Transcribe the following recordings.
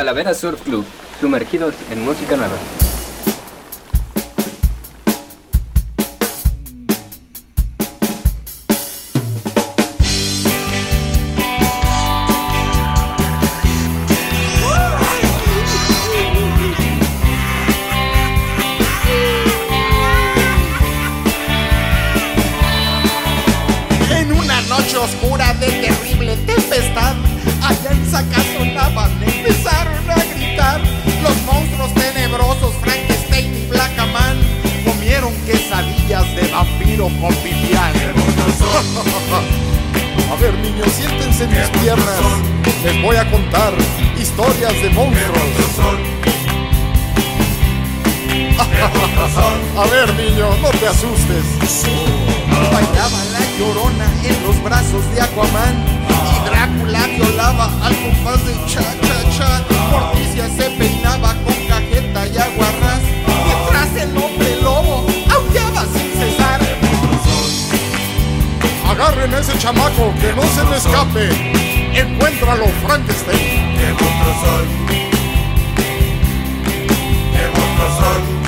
Calavera Surf Club, sumergidos en música nueva. Oscura de terrible tempestad, allá en Zacazonaba empezaron a gritar. Los monstruos tenebrosos Frankenstein y Blackaman comieron quesadillas de vampiro con pipián. A ver, niños, siéntense en mis piernas. Les voy a contar historias de monstruos. A ver, niño, no te asustes. Bailaba la Llorona en los brazos de Aquaman y Drácula violaba al compás de cha-cha-cha. Morticia se peinaba con cajeta y aguarrás, mientras el hombre lobo aullaba sin cesar. Agarren a ese chamaco, que no se me escape. Encuéntralo, Frankenstein. ¡Qué monstruos son! ¡Qué monstruos son!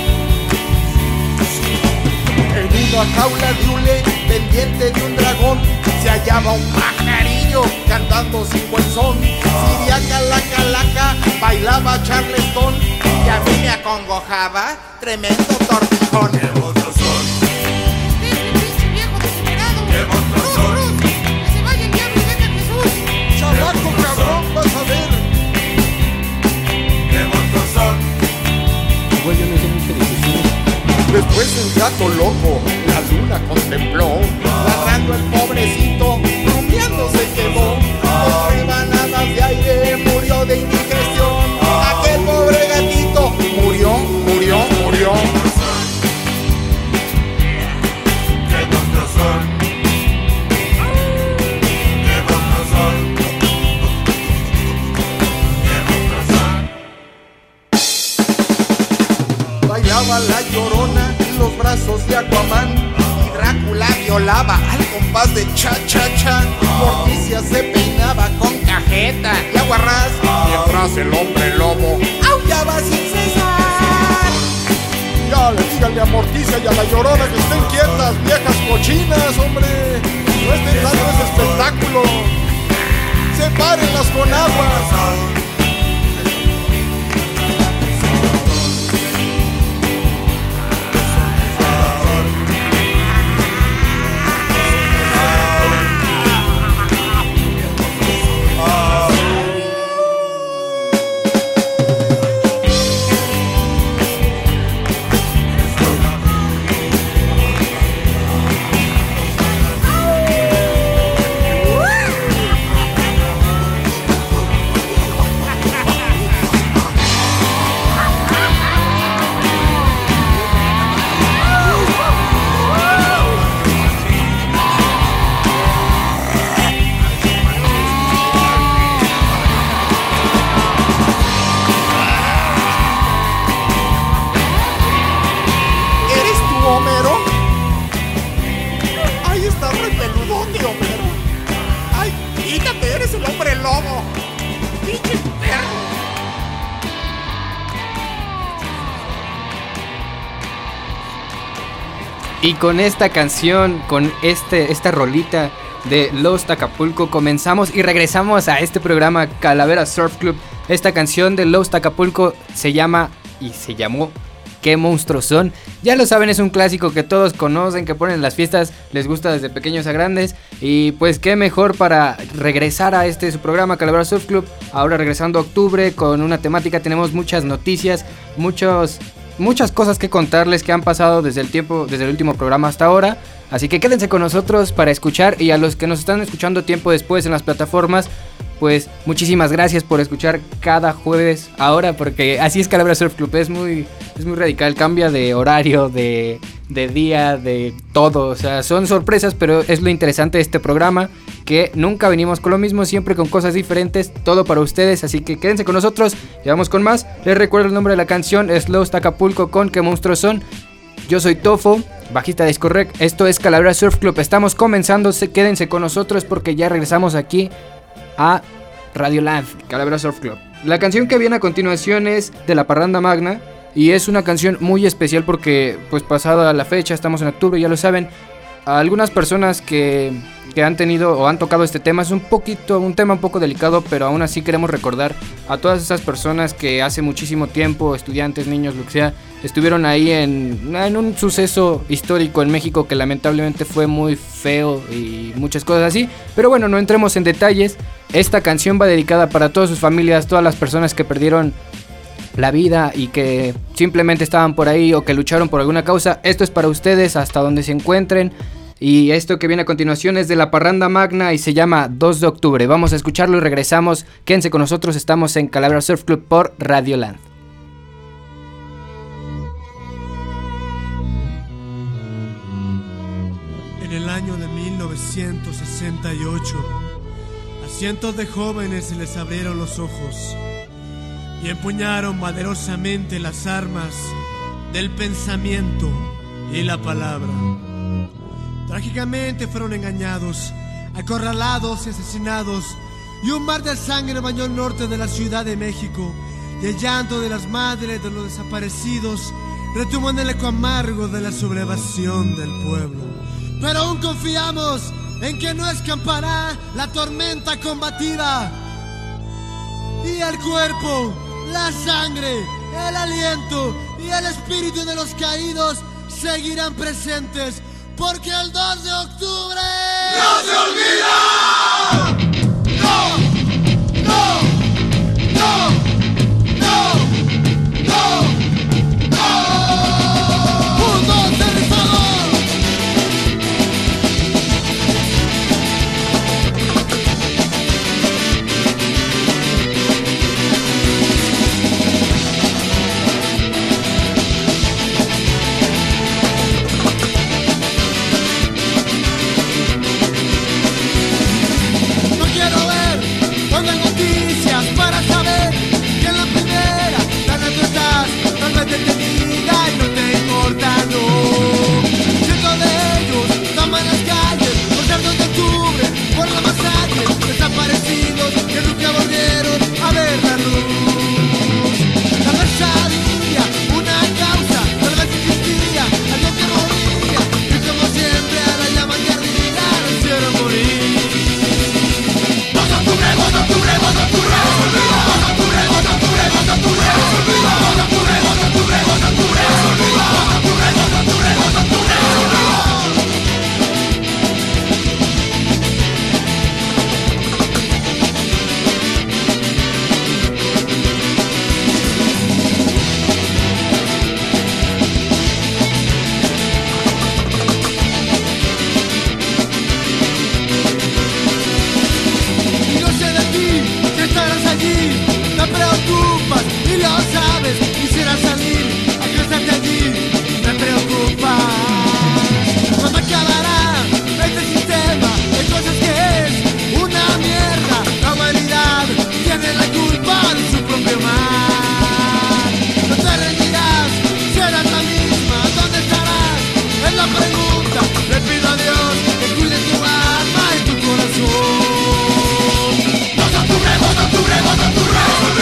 En una jaula de hule pendiente de un dragón se hallaba un pajarillo cantando sin buen son. Siriaca la calaca bailaba Charleston y a mí me acongojaba tremendo tortijón. ¡Qué monstruos son! ¡Pinche viejo desesperado! ¡Qué monstruos son! ¡Que se vaya el diablo y venga Jesús! ¡Chamaco cabrón, vas a ver! ¡Qué monstruos son! Igual yo no sé mucho de eso. Después el gato loco la luna contempló, ladrando el pobrecito, rumiando se quedó. Con rebanadas de aire murió de indigestión. Aquel pobre gatito murió, murió, murió. ¡Qué monstruos son! ¡Qué monstruos son! ¡Qué monstruos son! Bailaba la Llorona en los brazos de Aquaman y Drácula violaba al compás de cha-cha-cha. Morticia se peinaba con cajeta y aguarrás, mientras el hombre lobo aullaba sin cesar. Ya, díganle a Morticia y a la Llorona que estén quietas, viejas cochinas, hombre. No estén dando ese espectáculo. Sepárenlas con agua. Y con esta canción, con esta rolita de Lost Acapulco, comenzamos y regresamos a este programa Calavera Surf Club. Esta canción de Lost Acapulco se llamó ¿Qué monstruos son? Ya lo saben, es un clásico que todos conocen, que ponen en las fiestas, les gusta desde pequeños a grandes. Y pues qué mejor para regresar a su programa Calavera Surf Club. Ahora regresando a octubre con una temática, tenemos muchas noticias, muchas cosas que contarles que han pasado desde el último programa hasta ahora. Así que quédense con nosotros para escuchar, y a los que nos están escuchando tiempo después en las plataformas, pues muchísimas gracias por escuchar cada jueves ahora, porque así es Calavera Surf Club, es muy radical, cambia de horario, de día, de todo, o sea, son sorpresas, pero es lo interesante de este programa, que nunca venimos con lo mismo, siempre con cosas diferentes, todo para ustedes, así que quédense con nosotros, y vamos con más. Les recuerdo el nombre de la canción, es Lost Acapulco con ¿Qué monstruos son? Yo soy Tofo, bajista de Discorrect, esto es Calavera Surf Club, estamos comenzando, quédense con nosotros porque ya regresamos aquí a Radio Land, Calavera Surf Club. La canción que viene a continuación es de La Parranda Magna y es una canción muy especial porque pues pasada la fecha, estamos en octubre, ya lo saben, a algunas personas que han tenido o han tocado este tema es un tema un poco delicado, pero aún así queremos recordar a todas esas personas que hace muchísimo tiempo, estudiantes, niños, lo que sea, estuvieron ahí en un suceso histórico en México que lamentablemente fue muy feo y muchas cosas así, pero bueno, no entremos en detalles. Esta canción va dedicada para todas sus familias, todas las personas que perdieron la vida y que simplemente estaban por ahí o que lucharon por alguna causa. Esto es para ustedes hasta donde se encuentren. Y esto que viene a continuación es de La Parranda Magna y se llama 2 de octubre. Vamos a escucharlo y regresamos. Quédense con nosotros, estamos en Calavera Surf Club por Radio Land. En el año de 1968, a cientos de jóvenes se les abrieron los ojos y empuñaron valerosamente las armas del pensamiento y la palabra. Trágicamente fueron engañados, acorralados y asesinados, y un mar de sangre bañó el norte de la Ciudad de México, y el llanto de las madres de los desaparecidos retumbó en el eco amargo de la sublevación del pueblo. Pero aún confiamos en que no escampará la tormenta combatida, y el cuerpo, la sangre, el aliento y el espíritu de los caídos seguirán presentes. Porque el 2 de octubre ¡no se olvida! ¡No! ¡No! ¡No! ¡No! ¡No! ¡No! ¡Punto aterrizado! Para saber que en la primera tan alto estás, tal vez detenida y no te importa, no. Cientos de ellos toman las calles por ser 2 de octubre, por la masacre, desaparecidos que nunca volvieron a ver la luz. Tal vez había una causa, tal vez existía algo que moría, y como siempre a la llama que ardía no hicieron morir. 2 de octubre, 2 de octubre, 2 de octubre. No preocupas y lo sabes, quisiera salir a cruzarte allí, me preocupas. ¿Cuándo acabará este sistema de cosas que es una mierda? La humanidad tiene la culpa de su propio mal. No te rendirás, serás la misma, ¿dónde estarás? Es la pregunta, le pido a Dios que cuide tu alma y tu corazón. 2 de octubre, 2 de octubre, 2 de octubre.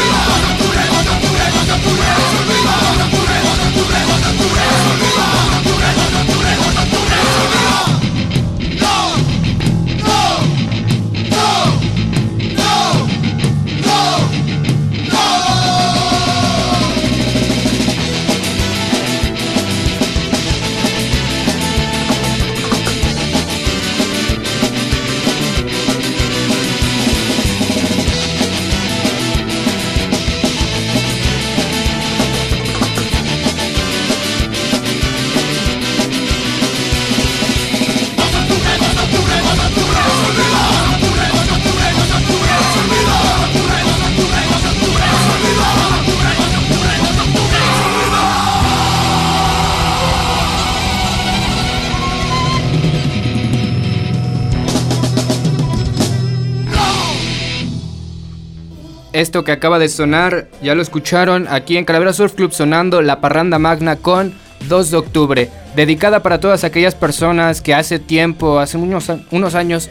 Esto que acaba de sonar, ya lo escucharon aquí en Calavera Surf Club sonando La Parranda Magna con 2 de octubre, dedicada para todas aquellas personas que hace tiempo, hace unos años,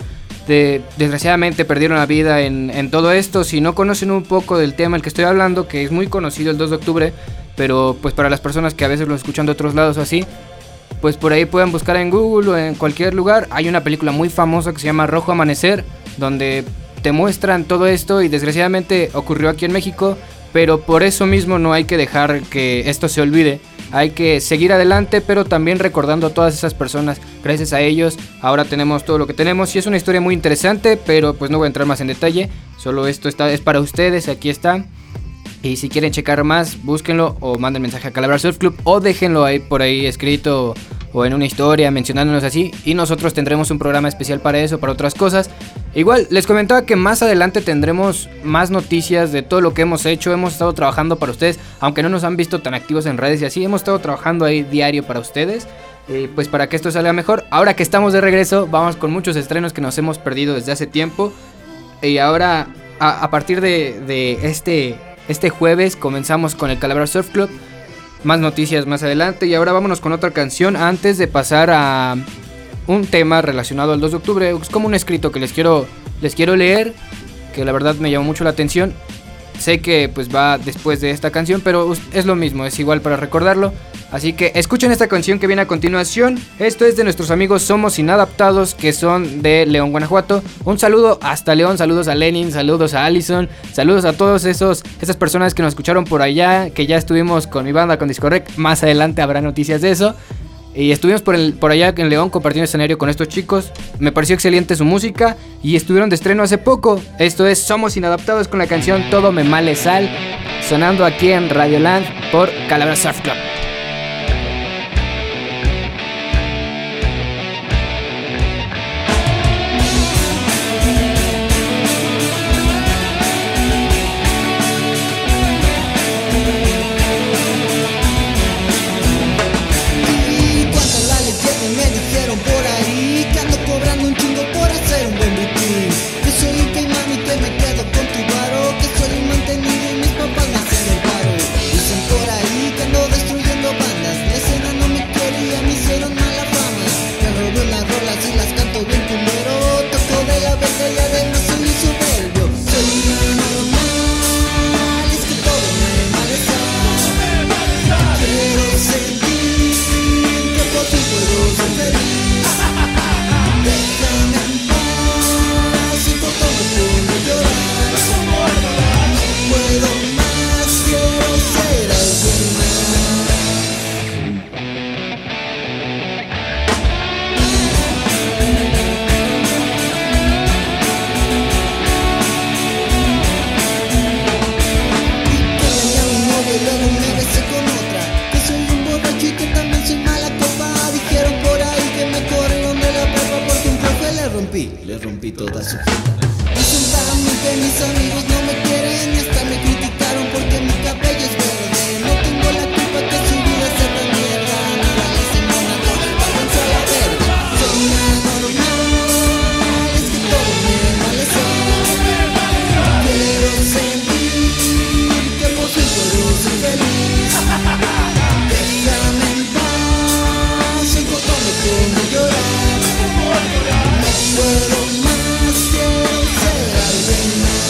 desgraciadamente perdieron la vida en todo esto. Si no conocen un poco del tema del que estoy hablando, que es muy conocido el 2 de octubre, pero pues para las personas que a veces lo escuchan de otros lados o así, pues por ahí pueden buscar en Google o en cualquier lugar. Hay una película muy famosa que se llama Rojo Amanecer, donde te muestran todo esto y desgraciadamente ocurrió aquí en México, pero por eso mismo no hay que dejar que esto se olvide. Hay que seguir adelante, pero también recordando a todas esas personas. Gracias a ellos ahora tenemos todo lo que tenemos y es una historia muy interesante, pero pues no voy a entrar más en detalle. Solo esto es para ustedes, aquí está. Y si quieren checar más, búsquenlo o manden mensaje a Calavera Surf Club o déjenlo ahí por ahí escrito o en una historia mencionándonos así, y nosotros tendremos un programa especial para eso, para otras cosas. Igual les comentaba que más adelante tendremos más noticias de todo lo que hemos hecho. Hemos estado trabajando para ustedes, aunque no nos han visto tan activos en redes y así, hemos estado trabajando ahí diario para ustedes, pues para que esto salga mejor. Ahora que estamos de regreso, vamos con muchos estrenos que nos hemos perdido desde hace tiempo. Y ahora a partir de este jueves comenzamos con el Calavera Surf Club. Más noticias más adelante. Y ahora vámonos con otra canción antes de pasar a un tema relacionado al 2 de octubre. Es como un escrito que les quiero leer, que la verdad me llamó mucho la atención. Sé que pues va después de esta canción, pero es lo mismo, es igual para recordarlo. Así que escuchen esta canción que viene a continuación. Esto es de nuestros amigos Somos Inadaptados, que son de León, Guanajuato. Un saludo hasta León, saludos a Lenin, saludos a Allison, saludos a todos esas personas que nos escucharon por allá, que ya estuvimos con mi banda, con Discorrect. Más adelante habrá noticias de eso. Y estuvimos por allá en León compartiendo escenario con estos chicos. Me pareció excelente su música y estuvieron de estreno hace poco. Esto es Somos Inadaptados con la canción Todo Me Male Sal, sonando aquí en Radioland por Calavera Surf Club. Le rompí toda su vida. Dicen para mí que mis amigos no me quieren y hasta me criticaron porque mi cabello es verde. No tengo la culpa que su vida sea tan mierda. Nada le hacemos nada del balance a la verde. Soy anormal, es que todo me vale sal. Quiero sentir que por fin puedo ser feliz. Déjame en paz, en cuanto me pongo a llorar. No puedo más, quiero ser alguien más.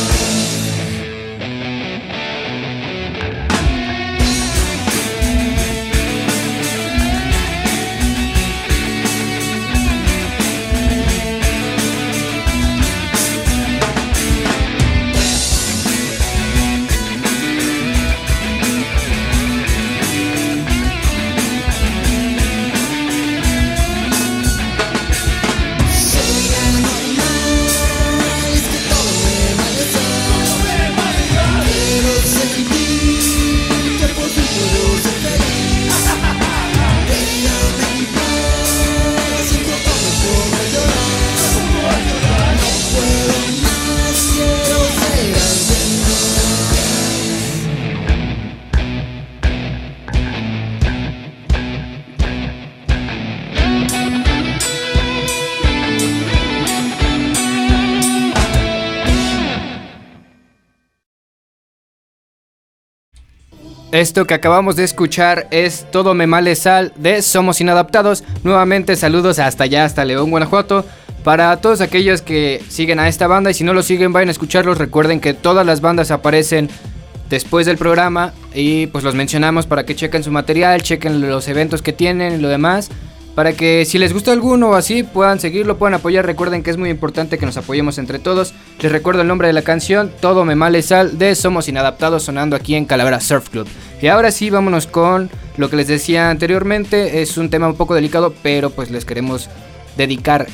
Esto que acabamos de escuchar es Todo Me Male Sal de Somos Inadaptados. Nuevamente saludos hasta allá, hasta León, Guanajuato. Para todos aquellos que siguen a esta banda y si no lo siguen vayan a escucharlos, recuerden que todas las bandas aparecen después del programa y pues los mencionamos para que chequen su material, chequen los eventos que tienen y lo demás, para que si les gusta alguno o así puedan seguirlo, puedan apoyar. Recuerden que es muy importante que nos apoyemos entre todos. Les recuerdo el nombre de la canción, Todo me male sal, de Somos Inadaptados, sonando aquí en Calavera Surf Club. Y ahora sí, vámonos con lo que les decía anteriormente. Es un tema un poco delicado, pero pues les queremos dedicar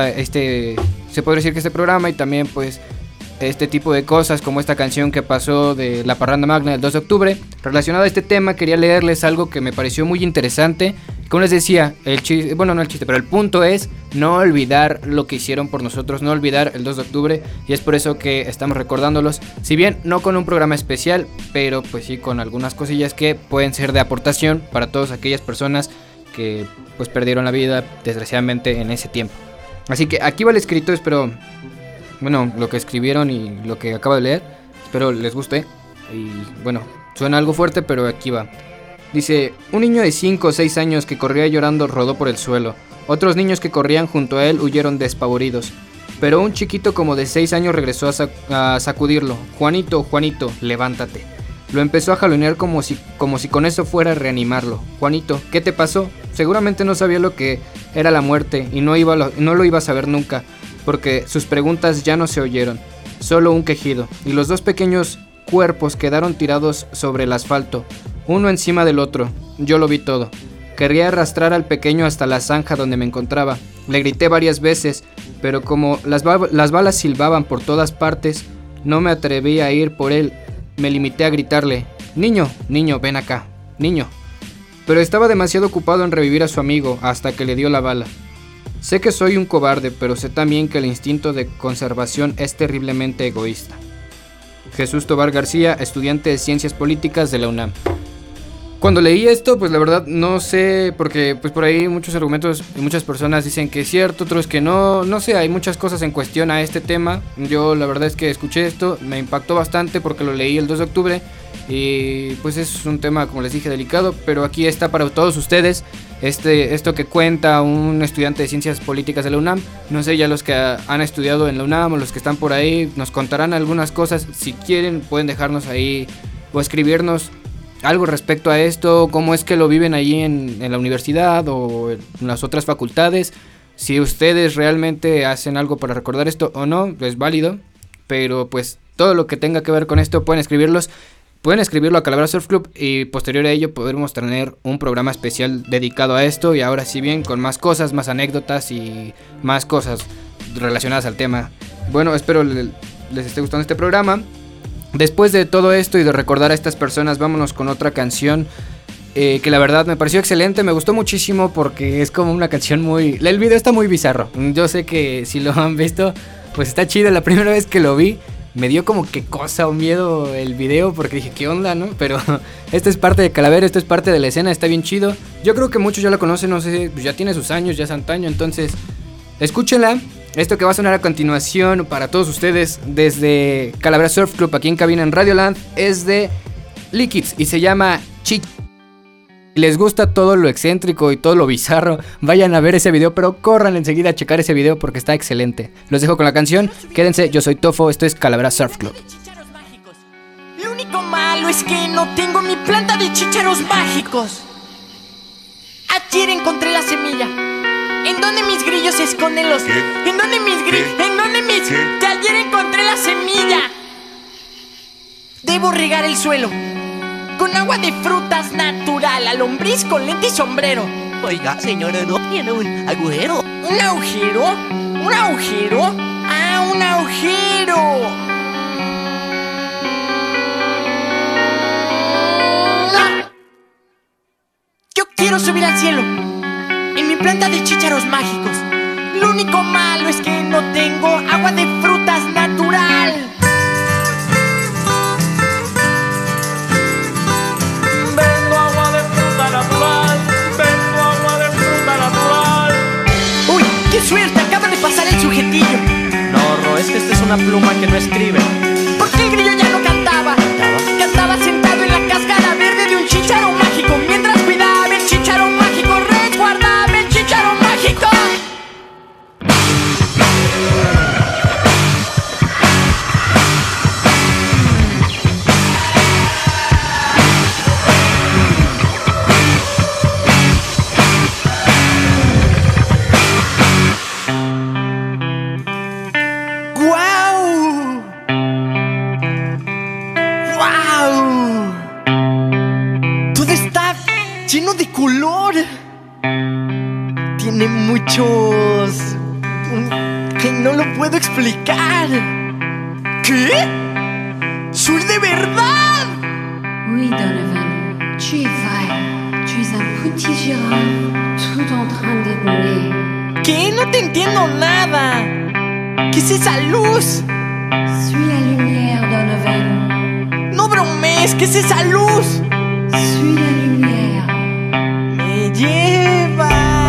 se podría decir que este programa y también pues este tipo de cosas como esta canción que pasó de La Parranda Magna del 2 de octubre. Relacionado a este tema quería leerles algo que me pareció muy interesante. Como les decía, pero el punto es no olvidar lo que hicieron por nosotros, no olvidar el 2 de octubre y es por eso que estamos recordándolos. Si bien no con un programa especial, pero pues sí con algunas cosillas que pueden ser de aportación para todas aquellas personas que pues perdieron la vida desgraciadamente en ese tiempo. Así que aquí va el escrito, espero, bueno, lo que escribieron y lo que acabo de leer, espero les guste. Y bueno, suena algo fuerte, pero aquí va. Dice: un niño de 5 o 6 años que corría llorando rodó por el suelo. Otros niños que corrían junto a él huyeron despavoridos. Pero un chiquito como de 6 años regresó a sacudirlo. Juanito, Juanito, levántate. Lo empezó a jalonear como si con eso fuera a reanimarlo. Juanito, ¿qué te pasó? Seguramente no sabía lo que era la muerte y no lo iba a saber nunca, porque sus preguntas ya no se oyeron, solo un quejido, y los dos pequeños cuerpos quedaron tirados sobre el asfalto, uno encima del otro. Yo lo vi todo. Quería arrastrar al pequeño hasta la zanja donde me encontraba. Le grité varias veces, pero como las balas silbaban por todas partes, no me atreví a ir por él. Me limité a gritarle: niño, niño, ven acá, niño. Pero estaba demasiado ocupado en revivir a su amigo hasta que le dio la bala. Sé que soy un cobarde, pero sé también que el instinto de conservación es terriblemente egoísta. Jesús Tobar García, estudiante de Ciencias Políticas de la UNAM. Cuando leí esto, pues la verdad no sé, porque pues por ahí muchos argumentos y muchas personas dicen que es cierto, otros que no sé, hay muchas cosas en cuestión a este tema. Yo la verdad es que escuché esto, me impactó bastante porque lo leí el 2 de octubre y pues es un tema, como les dije, delicado, pero aquí está para todos ustedes esto que cuenta un estudiante de Ciencias Políticas de la UNAM. No sé, ya los que han estudiado en la UNAM o los que están por ahí nos contarán algunas cosas. Si quieren pueden dejarnos ahí o escribirnos algo respecto a esto, cómo es que lo viven allí en la universidad o en las otras facultades. Si ustedes realmente hacen algo para recordar esto o no, es válido. Pero pues todo lo que tenga que ver con esto pueden escribirlo a Calavera Surf Club y posterior a ello podremos tener un programa especial dedicado a esto. Y ahora sí bien, con más cosas, más anécdotas y más cosas relacionadas al tema. Bueno, espero les esté gustando este programa. Después de todo esto y de recordar a estas personas, vámonos con otra canción que la verdad me pareció excelente, me gustó muchísimo porque es como una canción muy... El video está muy bizarro, yo sé que si lo han visto, pues está chido. La primera vez que lo vi, me dio como que cosa o miedo el video porque dije, ¿qué onda, no? Pero esto es parte de Calavera, esto es parte de la escena, está bien chido. Yo creo que muchos ya la conocen, no sé, pues ya tiene sus años, ya es antaño, entonces escúchenla. Esto que va a sonar a continuación para todos ustedes desde Calavera Surf Club aquí en cabina en Radioland es de Liquids y se llama Si les gusta todo lo excéntrico y todo lo bizarro, vayan a ver ese video, pero corran enseguida a checar ese video porque está excelente. Los dejo con la canción, quédense, yo soy Tofo, esto es Calavera Surf Club. Lo único malo es que no tengo mi planta de chícharos mágicos. Ayer encontré la semilla. ¿En dónde mis grillos se esconden los? ¿En dónde mis grillos? ¿En dónde mis? Que ayer encontré la semilla. Debo regar el suelo con agua de frutas natural, a lombriz con lente y sombrero. Oiga, señora, ¿no tiene un agujero? ¿Un agujero? ¿Un agujero? ¡Ah, un agujero! ¡No! Yo quiero subir al cielo en mi planta de chícharos mágicos. Lo único malo es que no tengo agua de frutas natural. Vendo agua de fruta natural. Vendo agua de fruta natural. ¡Uy, qué suerte! Acaba de pasar el sujetillo. No, es que esta es una pluma que no escribe. ¿Por qué el grillo ya no cantaba? Cantaba sentado en la cáscara verde de un chícharo mágico, mientras cuidaba el chícharo mágico, resguardaba el chícharo mágico. muchachos. Que no lo puedo explicar. ¿Qué? ¡Soy de verdad! Oui, Donovan, tu es vrai. Tu es un petit girafe, tout en train d'évoluer. ¿Qué? No te entiendo nada. ¿Qué es esa luz? Suis la lumière, Donovan. No bromees, ¿qué es esa luz? Suis la lumière. Me lleva.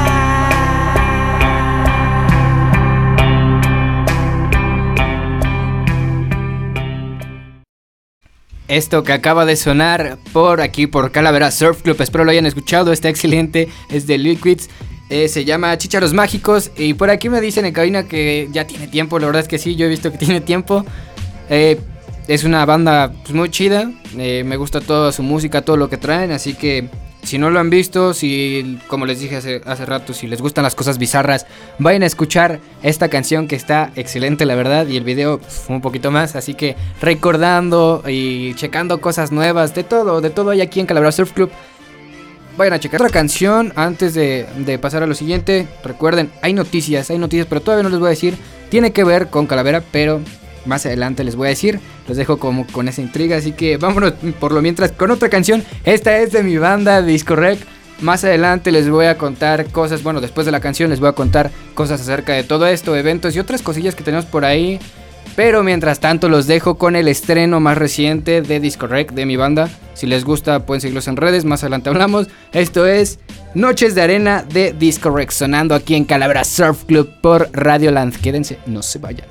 Esto que acaba de sonar por aquí, por Calavera Surf Club, espero lo hayan escuchado, está excelente, es de Liquids, se llama Chícharos Mágicos. Y por aquí me dicen en cabina que ya tiene tiempo, la verdad es que sí, yo he visto que tiene tiempo. Es una banda pues, muy chida, me gusta toda su música, todo lo que traen, así que si no lo han visto, si como les dije hace rato, si les gustan las cosas bizarras, vayan a escuchar esta canción que está excelente la verdad, y el video pues, un poquito más, así que recordando y checando cosas nuevas, de todo hay aquí en Calavera Surf Club. Vayan a checar otra canción antes de pasar a lo siguiente. Recuerden, hay noticias, pero todavía no les voy a decir, tiene que ver con Calavera, pero más adelante les voy a decir, los dejo como con esa intriga, así que vámonos por lo mientras con otra canción. Esta es de mi banda Discorrect. Más adelante les voy a contar cosas, bueno, después de la canción les voy a contar cosas acerca de todo esto, eventos y otras cosillas que tenemos por ahí. Pero mientras tanto los dejo con el estreno más reciente de Discorrect, de mi banda. Si les gusta pueden seguirlos en redes, más adelante hablamos. Esto es Noches de Arena de Discorrect, sonando aquí en Calavera Surf Club por Radioland. Quédense, no se vayan.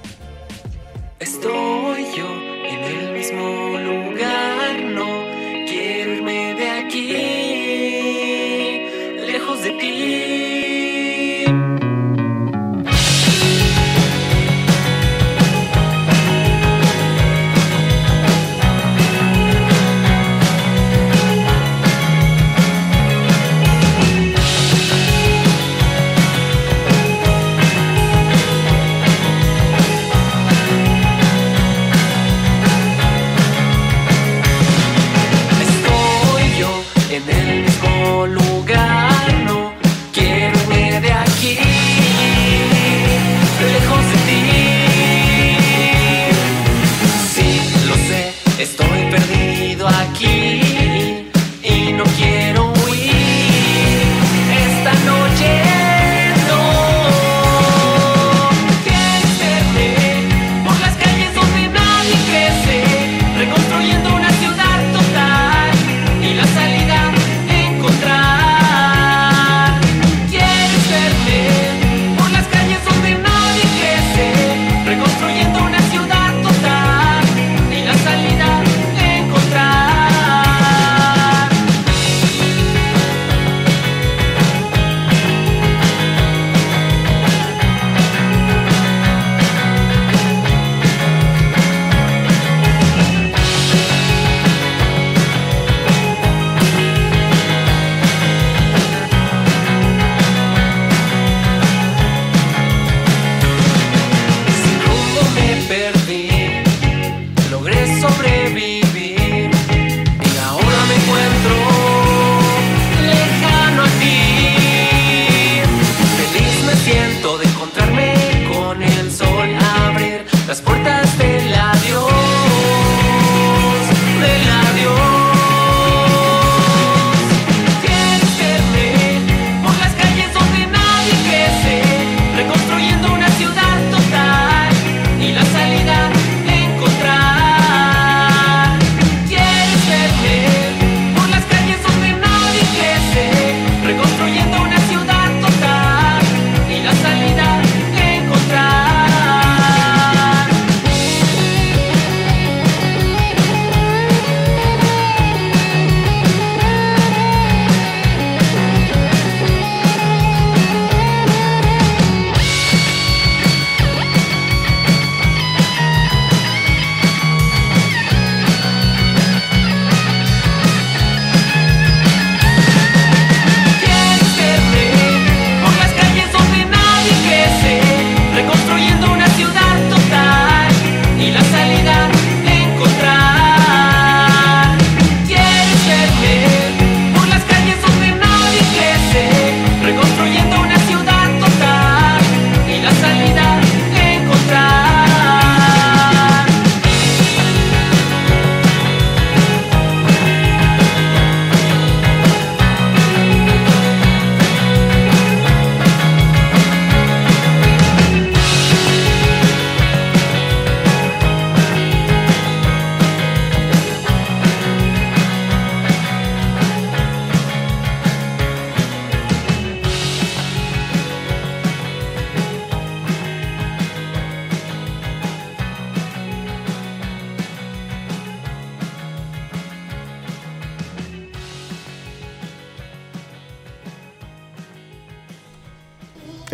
Estoy yo en el mismo lugar, no quiero irme de aquí, lejos de ti.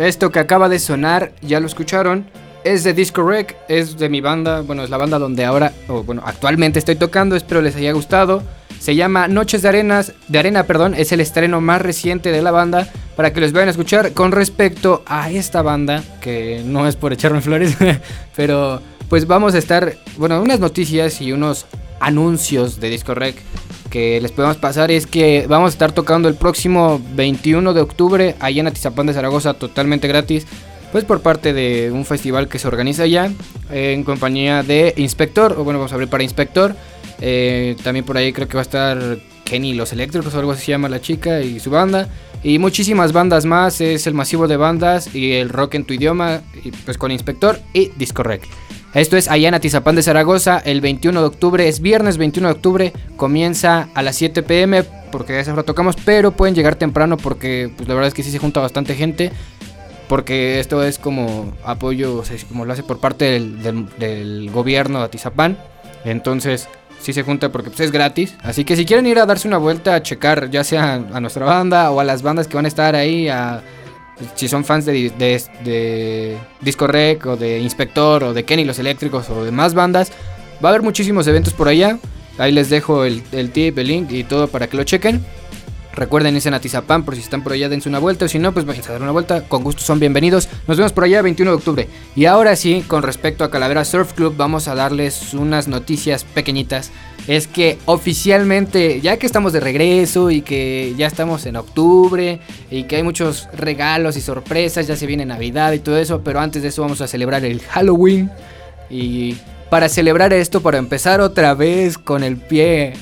Esto que acaba de sonar, ya lo escucharon, es de Disco Rec, es de mi banda, bueno, es la banda donde ahora, actualmente estoy tocando, espero les haya gustado. Se llama Noches de Arena, es el estreno más reciente de la banda, para que les vayan a escuchar. Con respecto a esta banda, que no es por echarme flores, pero pues vamos a estar, unas noticias y unos anuncios de Disco Rec que les podemos pasar es que vamos a estar tocando el próximo 21 de octubre allá en Atizapán de Zaragoza, totalmente gratis, pues por parte de un festival que se organiza allá en compañía de Inspector, vamos a abrir para Inspector. También por ahí creo que va a estar Kenny Los Eléctricos o algo así se llama la chica y su banda, y muchísimas bandas más. Es el masivo de bandas y el rock en tu idioma, y pues con Inspector y Disco Rec. Esto es allá en Atizapán de Zaragoza el 21 de octubre, es viernes 21 de octubre, comienza a las 7 pm porque a esa hora tocamos, pero pueden llegar temprano porque pues la verdad es que sí se junta bastante gente, porque esto es como apoyo, o sea, como lo hace por parte del gobierno de Atizapán, entonces sí se junta porque pues es gratis, así que si quieren ir a darse una vuelta a checar ya sea a nuestra banda o a las bandas que van a estar ahí, si son fans de Disco Rec o de Inspector o de Kenny Los Eléctricos o de más bandas, va a haber muchísimos eventos por allá. Ahí les dejo el tip, el link y todo para que lo chequen. Recuerden irse en Atizapán por si están por allá, dense una vuelta, o si no, pues vayan a dar una vuelta, con gusto son bienvenidos. Nos vemos por allá el 21 de octubre. Y ahora sí, con respecto a Calavera Surf Club, vamos a darles unas noticias pequeñitas. Es que oficialmente, ya que estamos de regreso y que ya estamos en octubre y que hay muchos regalos y sorpresas, ya se viene Navidad y todo eso, pero antes de eso vamos a celebrar el Halloween. Y para celebrar esto, para empezar otra vez con el pie,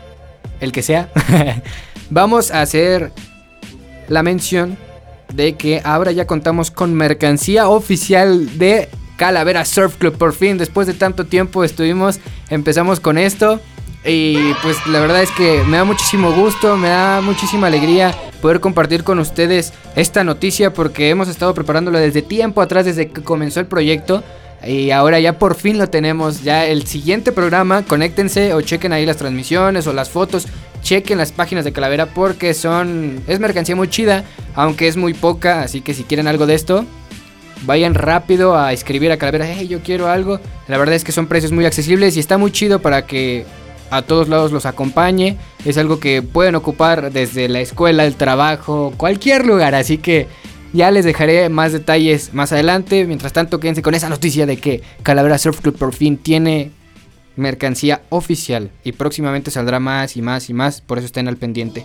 el que sea, vamos a hacer la mención de que ahora ya contamos con mercancía oficial de Calavera Surf Club. Por fin, después de tanto tiempo empezamos con esto. Y pues la verdad es que me da muchísimo gusto, me da muchísima alegría poder compartir con ustedes esta noticia, porque hemos estado preparándolo desde tiempo atrás, desde que comenzó el proyecto. Y ahora ya por fin lo tenemos. Ya el siguiente programa, conéctense o chequen ahí las transmisiones o las fotos. Chequen las páginas de Calavera porque es mercancía muy chida, aunque es muy poca. Así que si quieren algo de esto, vayan rápido a escribir a Calavera, hey, yo quiero algo. La verdad es que son precios muy accesibles y está muy chido para que a todos lados los acompañe. Es algo que pueden ocupar desde la escuela, el trabajo, cualquier lugar. Así que ya les dejaré más detalles más adelante. Mientras tanto, quédense con esa noticia de que Calavera Surf Club por fin tiene mercancía oficial y próximamente saldrá más y más y más, por eso estén al pendiente.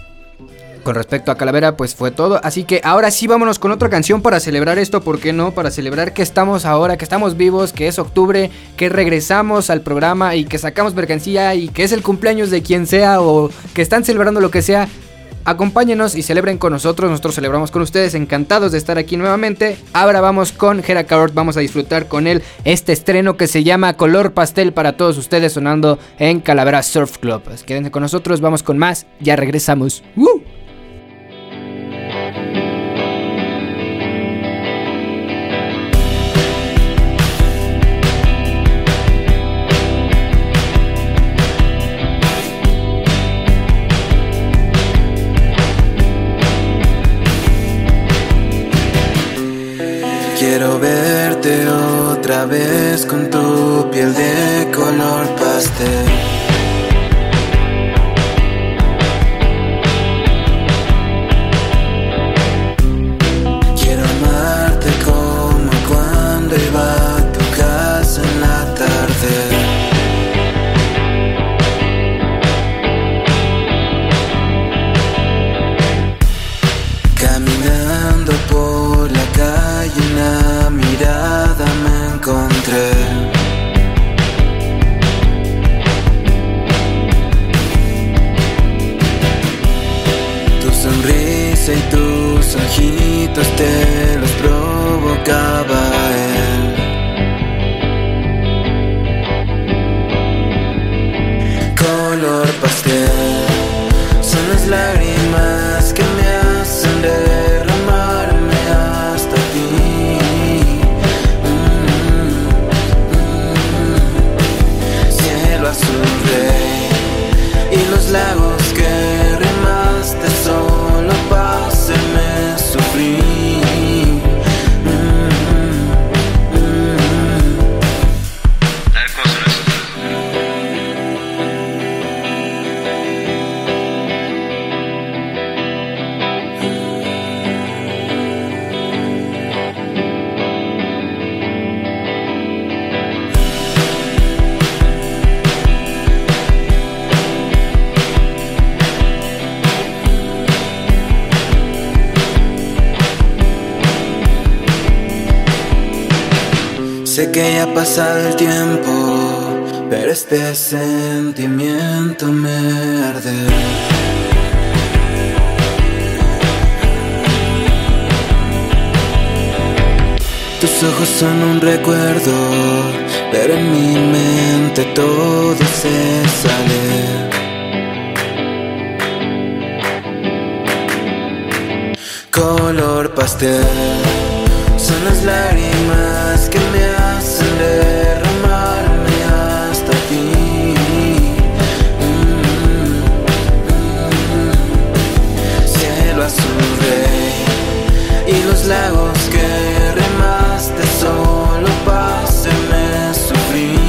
Con respecto a Calavera, pues fue todo, así que ahora sí vámonos con otra canción para celebrar esto, ¿por qué no? Para celebrar que estamos ahora, que estamos vivos, que es octubre, que regresamos al programa y que sacamos mercancía y que es el cumpleaños de quien sea o que están celebrando lo que sea. Acompáñenos y celebren con nosotros celebramos con ustedes, encantados de estar aquí nuevamente. Ahora vamos con Hera Coward, vamos a disfrutar con él este estreno que se llama Color Pastel para todos ustedes, sonando en Calavera Surf Club. Pues quédense con nosotros, vamos con más, ya regresamos. Quiero verte otra vez con tu piel de color pastel. Quiero amarte como cuando iba a tu casa en la tarde. Caminando por la calle, una mirada me encontré. Sé que ya ha pasado el tiempo, pero este sentimiento me arde. Tus ojos son un recuerdo, pero en mi mente todo se sale. Color pastel son las lágrimas que me hacen derramarme hasta ti. Cielo azul rey y los lagos que remaste solo para hacerme sufrir.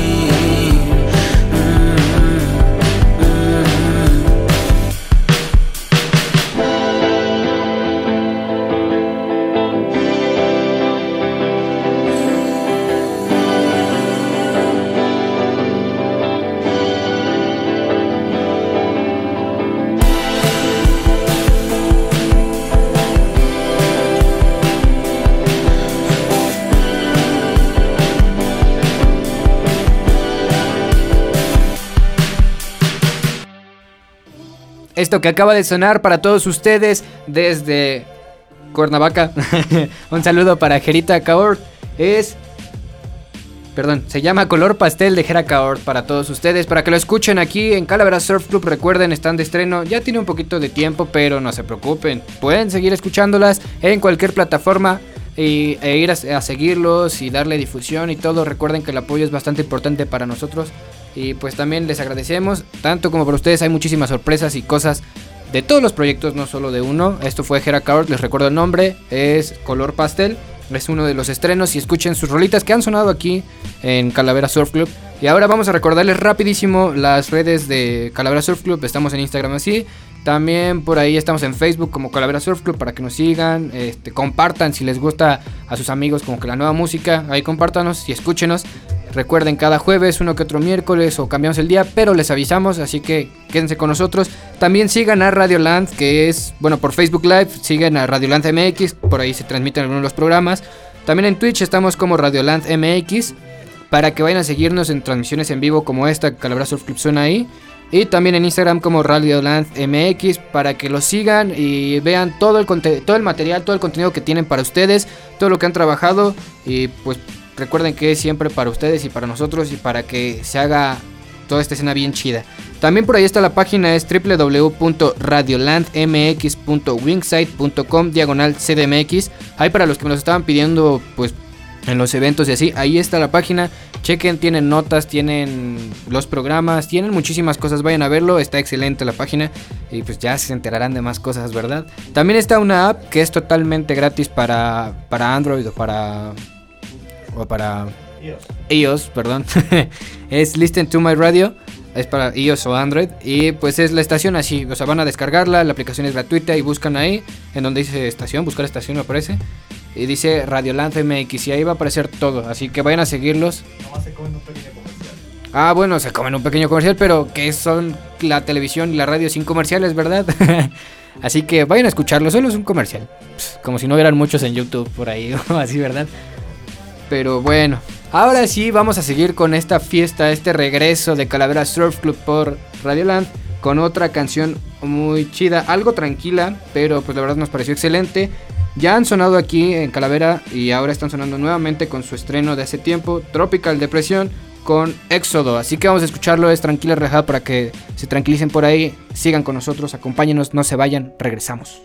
Esto que acaba de sonar para todos ustedes desde Cuernavaca, un saludo para Gerita Kaort, se llama Color Pastel de Gera Kaort para todos ustedes, para que lo escuchen aquí en Calavera Surf Club. Recuerden, están de estreno, ya tiene un poquito de tiempo, pero no se preocupen, pueden seguir escuchándolas en cualquier plataforma e ir a seguirlos y darle difusión y todo. Recuerden que el apoyo es bastante importante para nosotros. Y pues también les agradecemos, tanto como para ustedes. Hay muchísimas sorpresas y cosas de todos los proyectos, no solo de uno. Esto fue Gera Kaort, les recuerdo el nombre, es Color Pastel. Es uno de los estrenos y escuchen sus rolitas que han sonado aquí en Calavera Surf Club. Y ahora vamos a recordarles rapidísimo las redes de Calavera Surf Club. Estamos en Instagram así. También por ahí estamos en Facebook como Calavera Surf Club para que nos sigan. Compartan si les gusta a sus amigos como que la nueva música. Ahí compártanos y escúchenos. Recuerden, cada jueves, uno que otro miércoles o cambiamos el día, pero les avisamos, así que quédense con nosotros. También sigan a Radioland, que es, por Facebook Live, sigan a Radioland MX, por ahí se transmiten algunos de los programas. También en Twitch estamos como Radioland MX, para que vayan a seguirnos en transmisiones en vivo como esta, Calavera Surf Club suena ahí. Y también en Instagram como Radioland MX, para que lo sigan y vean todo el material, todo el contenido que tienen para ustedes, todo lo que han trabajado. Y pues recuerden que es siempre para ustedes y para nosotros y para que se haga toda esta escena bien chida. También por ahí está la página, es www.radiolandmx.wingsite.com/CDMX. Ahí para los que me los estaban pidiendo pues en los eventos y así, ahí está la página. Chequen, tienen notas, tienen los programas, tienen muchísimas cosas, vayan a verlo, está excelente la página y pues ya se enterarán de más cosas, ¿verdad? También está una app que es totalmente gratis para Android o para iOS, perdón. Es Listen to My Radio, es para iOS o Android y pues es la estación así, o sea, van a descargarla, la aplicación es gratuita y buscan ahí en donde dice estación, buscar estación me parece. Y dice Radioland MX y ahí va a aparecer todo, así que vayan a seguirlos. Nomás se comen un pequeño comercial. Ah, bueno, se comen un pequeño comercial, pero que son la televisión y la radio sin comerciales, ¿verdad? Así que vayan a escucharlo, solo es un comercial. Como si no hubieran muchos en YouTube por ahí o así, ¿verdad? Pero bueno, ahora sí vamos a seguir con esta fiesta, este regreso de Calavera Surf Club por Radioland, con otra canción muy chida, algo tranquila, pero pues la verdad nos pareció excelente. Ya han sonado aquí en Calavera y ahora están sonando nuevamente con su estreno de hace tiempo, Tropical Depression con Éxodo. Así que vamos a escucharlo, es tranquila, relajada, para que se tranquilicen por ahí, sigan con nosotros, acompáñenos, no se vayan, regresamos.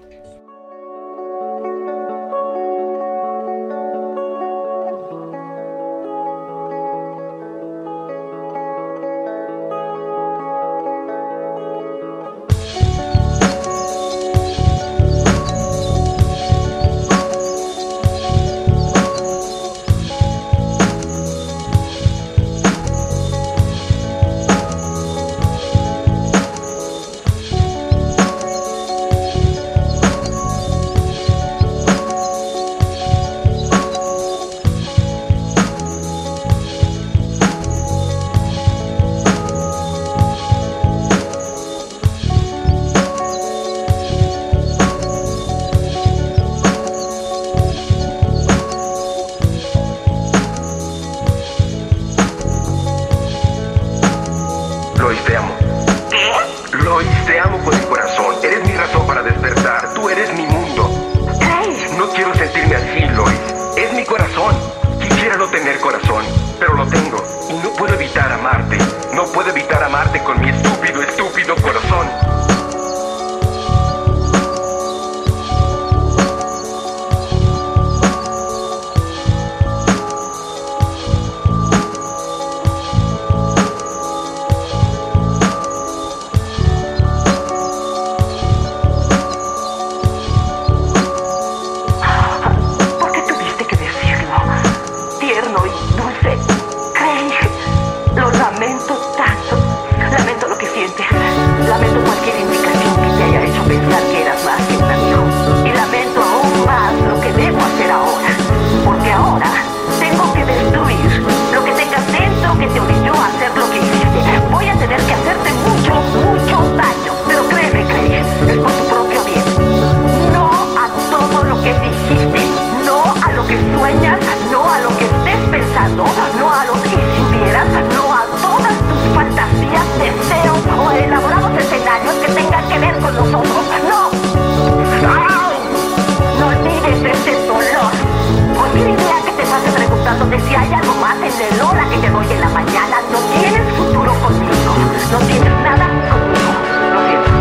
hoy en la mañana, no tienes futuro conmigo. No tienes nada conmigo. Lo siento.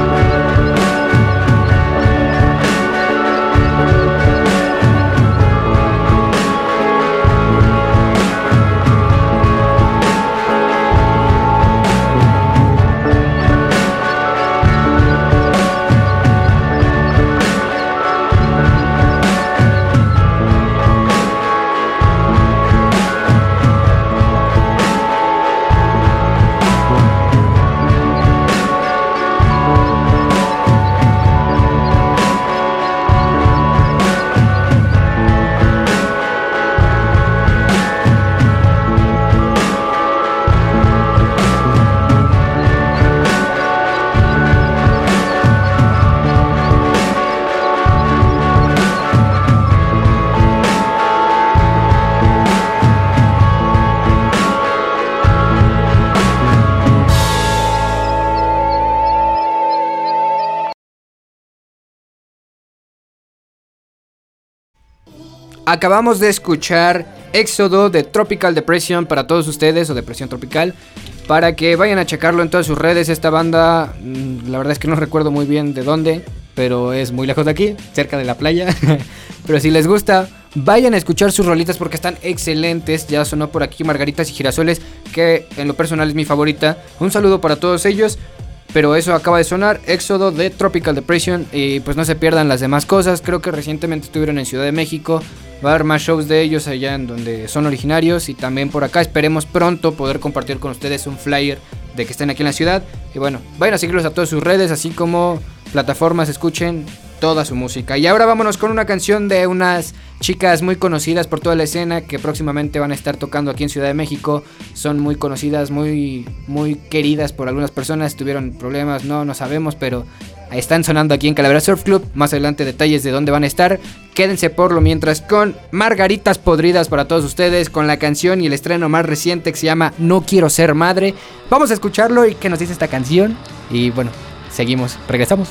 Acabamos de escuchar Éxodo de Tropical Depression para todos ustedes, o Depresión Tropical, para que vayan a checarlo en todas sus redes. Esta banda, la verdad es que no recuerdo muy bien de dónde, pero es muy lejos de aquí, cerca de la playa. Pero si les gusta, vayan a escuchar sus rolitas porque están excelentes. Ya sonó por aquí Margaritas y Girasoles, que en lo personal es mi favorita. Un saludo para todos ellos. Pero eso acaba de sonar, Éxodo de Tropical Depression. Y pues no se pierdan las demás cosas. Creo que recientemente estuvieron en Ciudad de México. Va a haber más shows de ellos allá en donde son originarios. Y también por acá esperemos pronto poder compartir con ustedes un flyer de que estén aquí en la ciudad. Y bueno, vayan a seguirlos a todas sus redes, así como plataformas, escuchen toda su música. Y ahora vámonos con una canción de unas chicas muy conocidas por toda la escena, que próximamente van a estar tocando aquí en Ciudad de México. Son muy conocidas, muy queridas por algunas personas. Tuvieron problemas, no sabemos, pero están sonando aquí en Calavera Surf Club. Más adelante detalles de dónde van a estar. Quédense por lo mientras con Margaritas Podridas para todos ustedes, con la canción y el estreno más reciente que se llama No Quiero Ser Madre. Vamos a escucharlo y qué nos dice esta canción. Y bueno, seguimos, regresamos.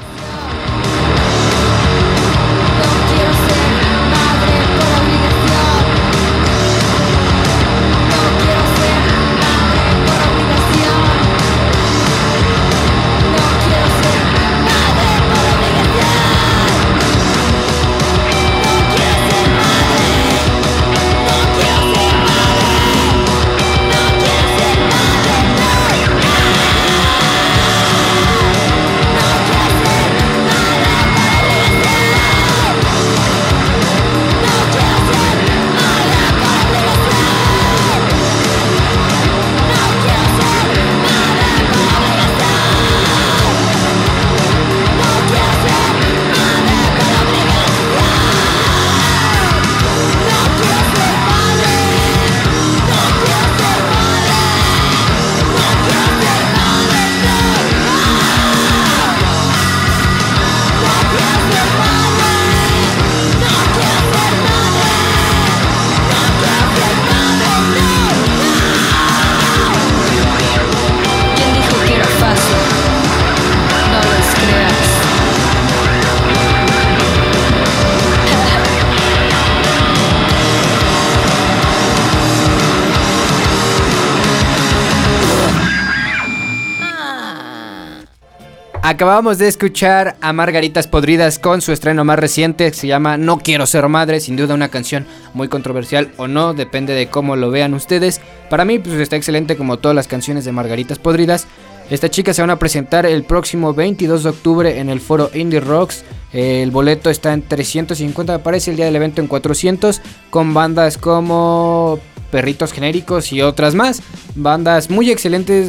Acabamos de escuchar a Margaritas Podridas con su estreno más reciente, que se llama No Quiero Ser Madre. Sin duda una canción muy controversial o no, depende de cómo lo vean ustedes. Para mí pues está excelente, como todas las canciones de Margaritas Podridas. Esta chica se van a presentar el próximo 22 de octubre en el foro Indie Rocks. El boleto está en 350, me parece, el día del evento en 400, con bandas como Perritos Genéricos y otras más. Bandas muy excelentes,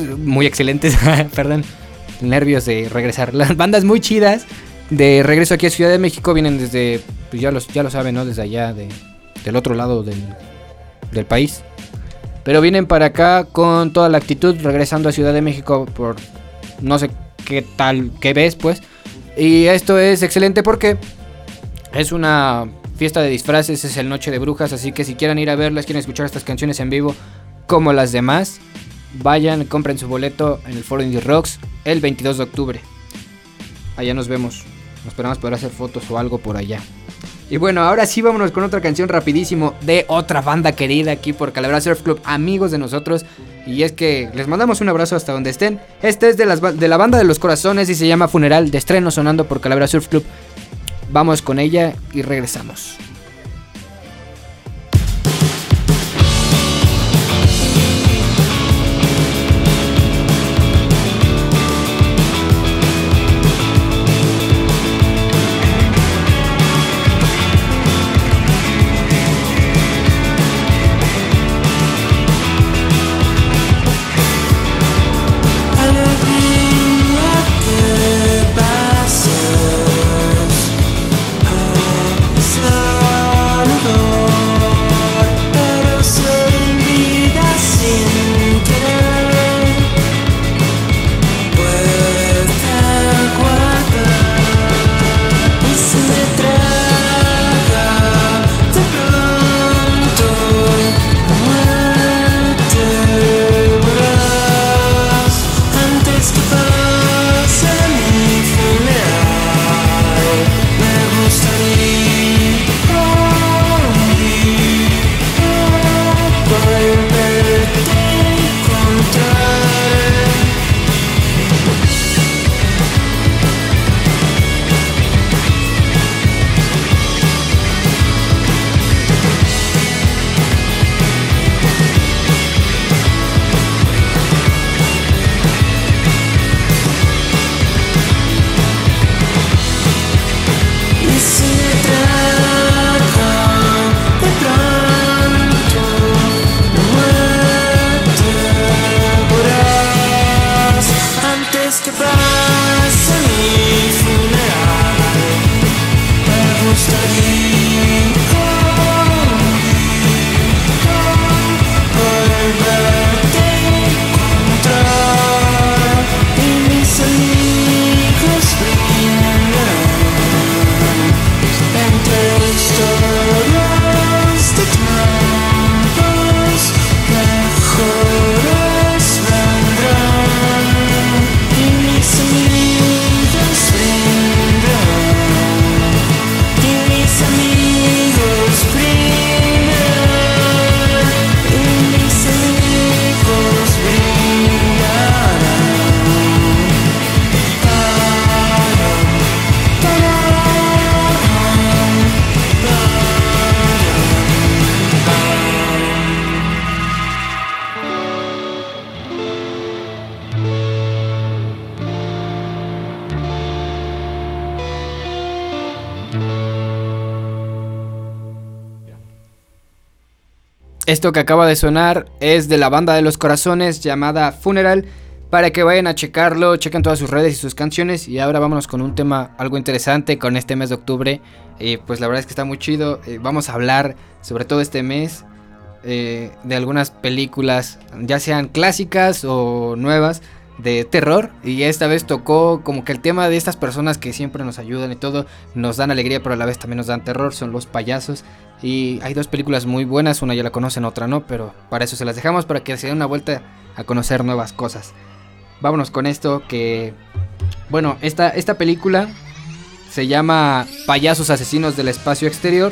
perdón, nervios de regresar. Las bandas muy chidas de regreso aquí a Ciudad de México vienen desde, pues ya lo saben, ¿no? Desde allá del otro lado del país. Pero vienen para acá con toda la actitud, regresando a Ciudad de México por no sé qué ves, pues. Y esto es excelente porque es una fiesta de disfraces, es el Noche de Brujas, así que si quieren ir a verlas, quieren escuchar estas canciones en vivo como las demás, vayan, compren su boleto en el foro Indie Rocks el 22 de octubre. Allá nos vemos. Esperamos poder hacer fotos o algo por allá. Y bueno, ahora sí vámonos con otra canción rapidísimo de otra banda querida aquí por Calavera Surf Club, amigos de nosotros. Y es que les mandamos un abrazo hasta donde estén. Este es de la banda de Los Corazones y se llama Funeral, de estreno sonando por Calavera Surf Club. Vamos con ella y regresamos. Esto que acaba de sonar es de la banda de Los Corazones llamada Funeral. Para que vayan a checarlo, chequen todas sus redes y sus canciones. Y ahora vámonos con un tema algo interesante con este mes de octubre. Pues la verdad es que está muy chido. Vamos a hablar sobre todo este mes de algunas películas, ya sean clásicas o nuevas, de terror. Y esta vez tocó como que el tema de estas personas que siempre nos ayudan y todo, nos dan alegría pero a la vez también nos dan terror, son los payasos. Y hay dos películas muy buenas, una ya la conocen, otra no, pero para eso se las dejamos, para que se den una vuelta a conocer nuevas cosas. Vámonos con esto que... Bueno, esta película se llama Payasos Asesinos del Espacio Exterior.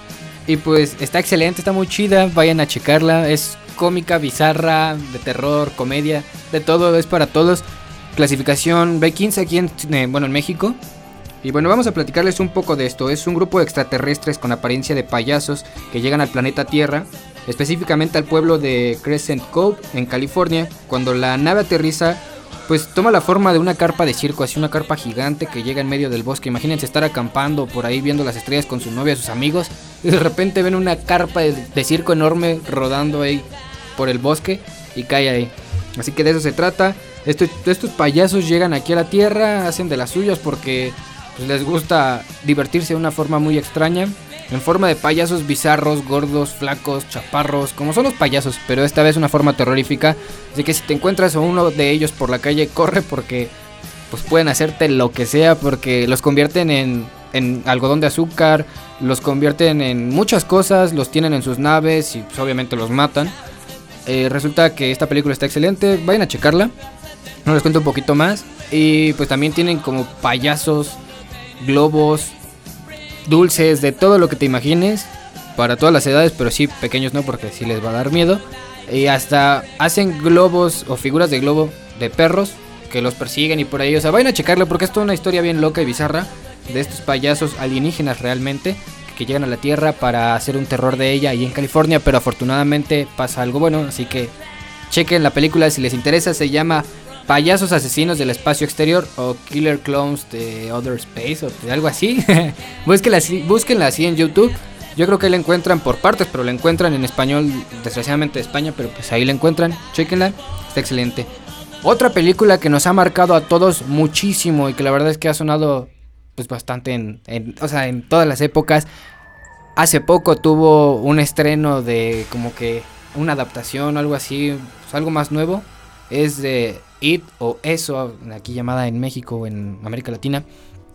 Y pues está excelente, está muy chida, vayan a checarla. Es cómica, bizarra, de terror, comedia, de todo, es para todos. Clasificación B15 aquí en México. Y bueno, vamos a platicarles un poco de esto. Es un grupo de extraterrestres con apariencia de payasos que llegan al planeta Tierra, específicamente al pueblo de Crescent Cove en California. Cuando la nave aterriza, pues toma la forma de una carpa de circo, así una carpa gigante que llega en medio del bosque. Imagínense estar acampando por ahí viendo las estrellas con su novia, sus amigos, y de repente ven una carpa de circo enorme rodando ahí por el bosque y cae ahí. Así que de eso se trata. Estos payasos llegan aquí a la Tierra, hacen de las suyas porque pues les gusta divertirse de una forma muy extraña, en forma de payasos bizarros, gordos, flacos, chaparros, como son los payasos, pero esta vez una forma terrorífica. Así que si te encuentras a uno de ellos por la calle, corre, porque pues pueden hacerte lo que sea, porque los convierten en algodón de azúcar, los convierten en muchas cosas, los tienen en sus naves y pues obviamente los matan. Resulta que esta película está excelente, vayan a checarla, no les cuento un poquito más. Y pues también tienen como payasos, globos, dulces, de todo lo que te imagines, para todas las edades, pero sí pequeños no, porque sí les va a dar miedo. Y hasta hacen globos o figuras de globo de perros que los persiguen y por ahí, o sea, vayan a checarlo porque es toda una historia bien loca y bizarra de estos payasos alienígenas realmente que llegan a la Tierra para hacer un terror de ella ahí en California, pero afortunadamente pasa algo bueno, así que chequen la película si les interesa. Se llama Payasos Asesinos del Espacio Exterior o Killer Clowns de Outer Space o de algo así. Búsquenla así en YouTube. Yo creo que la encuentran por partes, pero la encuentran en español, desgraciadamente de España, pero pues ahí la encuentran, chequenla, está excelente. Otra película que nos ha marcado a todos muchísimo y que la verdad es que ha sonado pues bastante en todas las épocas. Hace poco tuvo un estreno de como que una adaptación o algo así, pues algo más nuevo. Es de It o Eso, aquí llamada en México o en América Latina.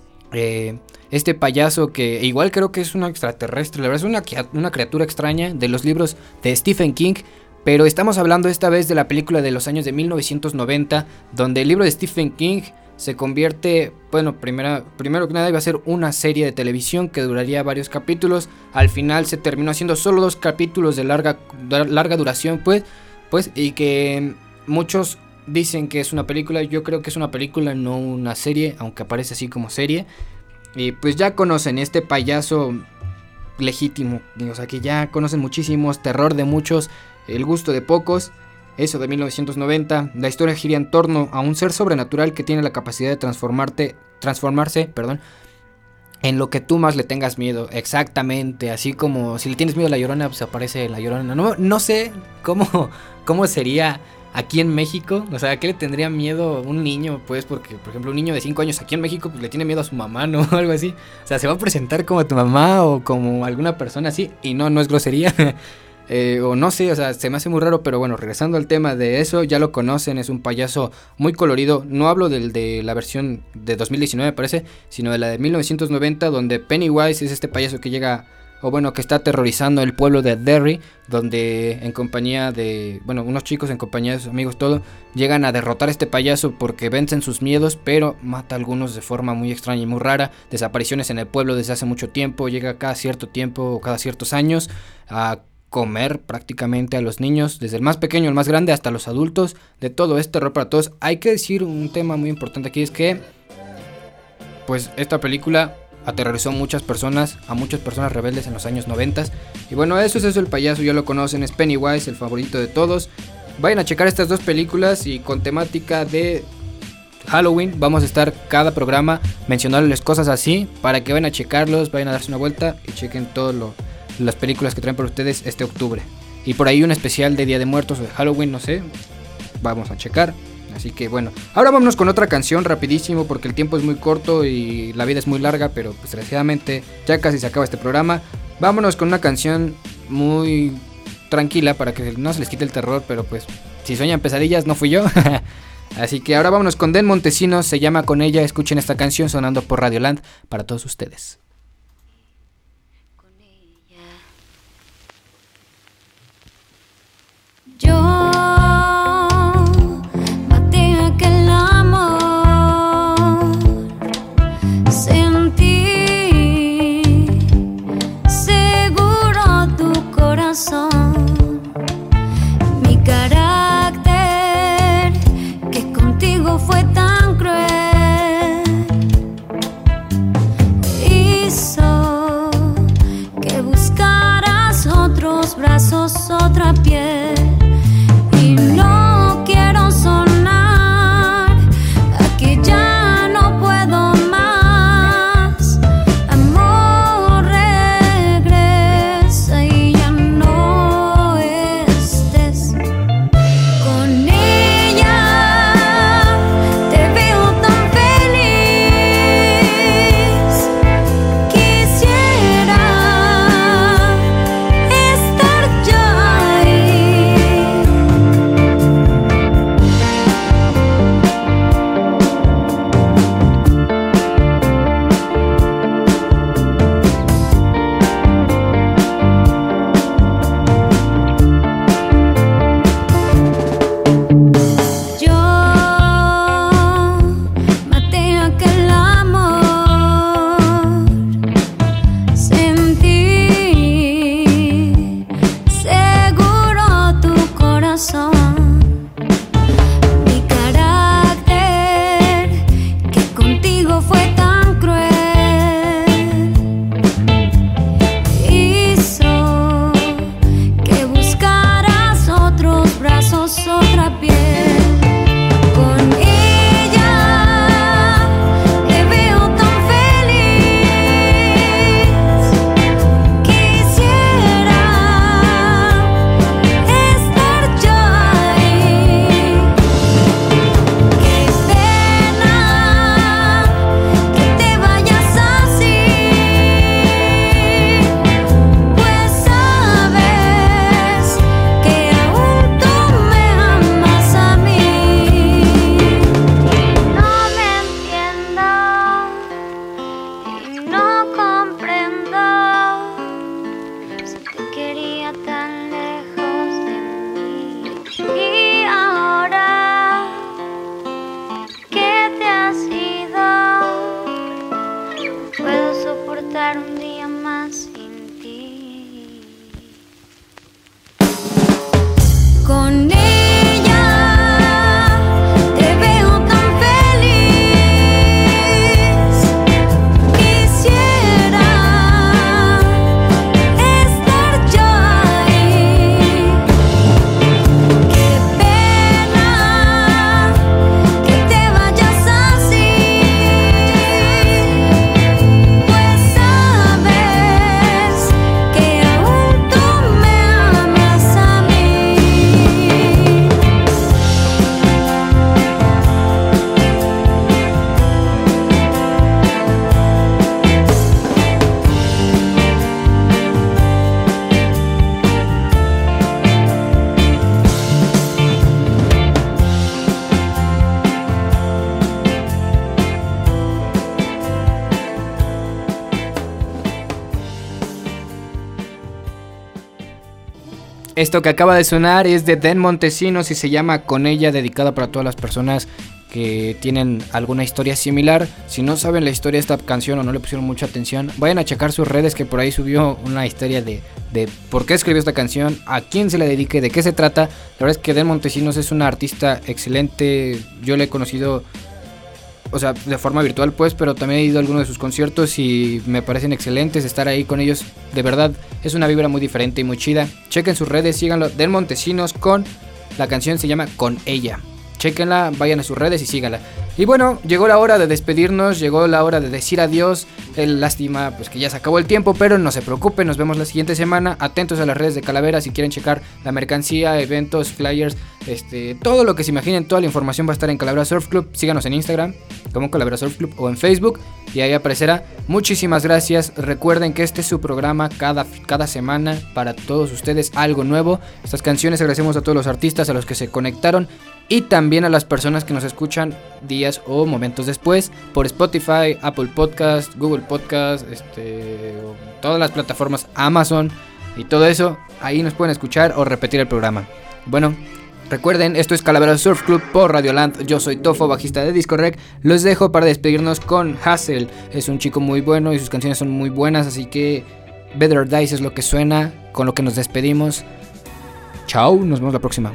Este payaso que igual creo que es un extraterrestre, la verdad es una criatura extraña de los libros de Stephen King. Pero estamos hablando esta vez de la película de los años de 1990, donde el libro de Stephen King se convierte, bueno, primero que nada iba a ser una serie de televisión que duraría varios capítulos. Al final se terminó haciendo solo 2 capítulos de larga duración, pues, y que muchos dicen que es una película. Yo creo que es una película, no una serie, aunque aparece así como serie. Y pues ya conocen este payaso legítimo, o sea que ya conocen muchísimos, terror de muchos, el gusto de pocos. Eso de 1990, la historia gira en torno a un ser sobrenatural que tiene la capacidad de transformarse, en lo que tú más le tengas miedo. Exactamente, así como si le tienes miedo a la Llorona, pues aparece la Llorona. No sé cómo sería aquí en México, o sea, ¿a qué le tendría miedo un niño? Pues porque, por ejemplo, un niño de 5 años aquí en México pues le tiene miedo a su mamá, ¿no? Algo así. O sea, se va a presentar como a tu mamá o como alguna persona así, y no es grosería. O no sé, o sea, se me hace muy raro, pero bueno, regresando al tema de eso, ya lo conocen, es un payaso muy colorido. No hablo del de la versión de 2019 parece, sino de la de 1990, donde Pennywise es este payaso que llega, o bueno, que está aterrorizando el pueblo de Derry, donde en compañía de, bueno, unos chicos en compañía de sus amigos, todo, llegan a derrotar a este payaso porque vencen sus miedos, pero mata a algunos de forma muy extraña y muy rara. Desapariciones en el pueblo desde hace mucho tiempo, llega cada cierto tiempo o cada ciertos años a comer prácticamente a los niños, desde el más pequeño al más grande hasta los adultos. De todo es terror para todos. Hay que decir un tema muy importante aquí, es que pues esta película aterrorizó a muchas personas rebeldes en los años 90. Y bueno, eso es eso, el payaso ya lo conocen, es Pennywise, el favorito de todos. Vayan a checar estas 2 películas y con temática de Halloween vamos a estar cada programa mencionándoles cosas así para que vayan a checarlos, vayan a darse una vuelta y chequen todo las películas que traen para ustedes este octubre. Y por ahí un especial de Día de Muertos o de Halloween, no sé, vamos a checar. Así que bueno, ahora vámonos con otra canción rapidísimo porque el tiempo es muy corto y la vida es muy larga, pero pues desgraciadamente ya casi se acaba este programa. Vámonos con una canción muy tranquila para que no se les quite el terror, pero pues si sueñan pesadillas no fui yo. Así que ahora vámonos con Den Montesinos, se llama Con Ella. Escuchen esta canción sonando por Radio Land para todos ustedes. Yo maté aquel amor, sentí seguro tu corazón, mi carácter que contigo fue tan cruel, hizo que buscaras otros brazos, otra piel. Y no quiero sonar a que ya no puedo más. Amor, regresa y ya no estés con ella. Te veo tan feliz. Quisiera estar ya ahí. Esto que acaba de sonar es de Den Montesinos y se llama Con ella, dedicada para todas las personas que tienen alguna historia similar. Si no saben la historia de esta canción o no le pusieron mucha atención, vayan a checar sus redes, que por ahí subió una historia de por qué escribió esta canción, a quién se la dedique, de qué se trata. La verdad es que Den Montesinos es una artista excelente. Yo le he conocido, o sea, de forma virtual pues, pero también he ido a algunos de sus conciertos y me parecen excelentes. Estar ahí con ellos, de verdad, es una vibra muy diferente y muy chida. Chequen sus redes, síganlo. Den Montesinos con la canción se llama Con ella. Chequenla, vayan a sus redes y síganla. Y bueno, llegó la hora de despedirnos, llegó la hora de decir adiós. Lástima pues que ya se acabó el tiempo, pero no se preocupen, nos vemos la siguiente semana. Atentos a las redes de Calavera si quieren checar la mercancía, eventos, flyers, todo lo que se imaginen, toda la información va a estar en Calavera Surf Club. Síganos en Instagram como Calavera Surf Club o en Facebook y ahí aparecerá. Muchísimas gracias. Recuerden que este es su programa cada semana para todos ustedes, algo nuevo. Estas canciones agradecemos a todos los artistas, a los que se conectaron y también a las personas que nos escuchan días o momentos después por Spotify, Apple Podcast, Google Podcast, todas las plataformas, Amazon y todo eso. Ahí nos pueden escuchar o repetir el programa. Bueno, recuerden, esto es Calavera Surf Club por Radioland. Yo soy Tofo, bajista de Discorrec. Los dejo para despedirnos con Hassel. Es un chico muy bueno y sus canciones son muy buenas, así que Better Dice es lo que suena, con lo que nos despedimos. Chao, nos vemos la próxima.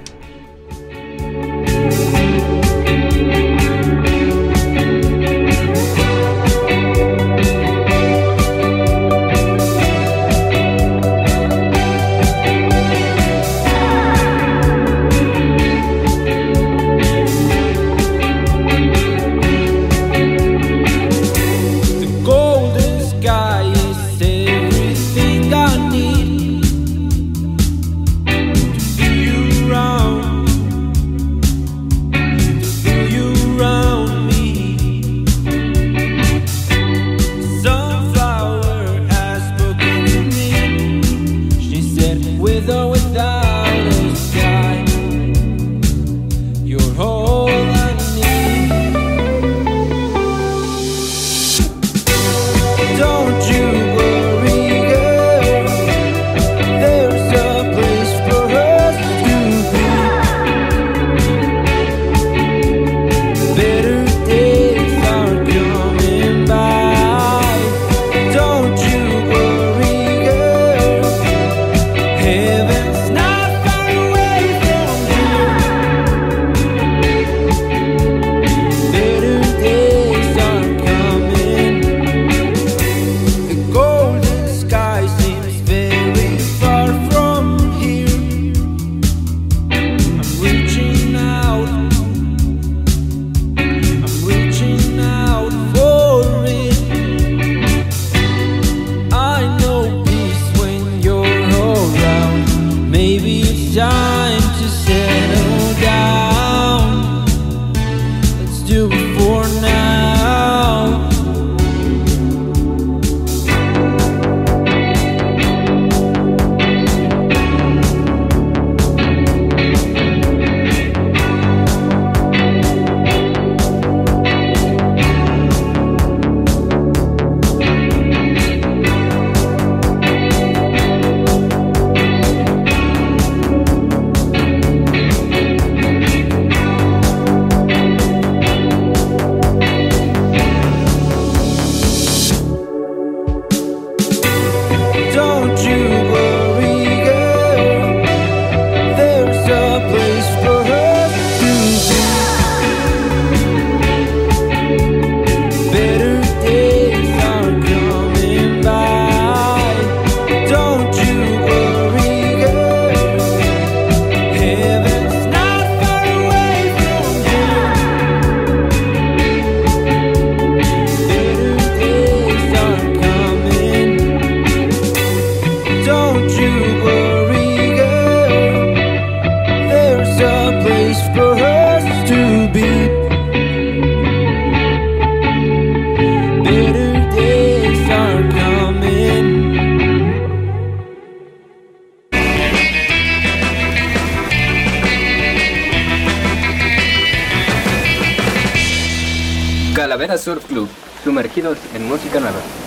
Calavera Surf Club, sumergidos en música nueva.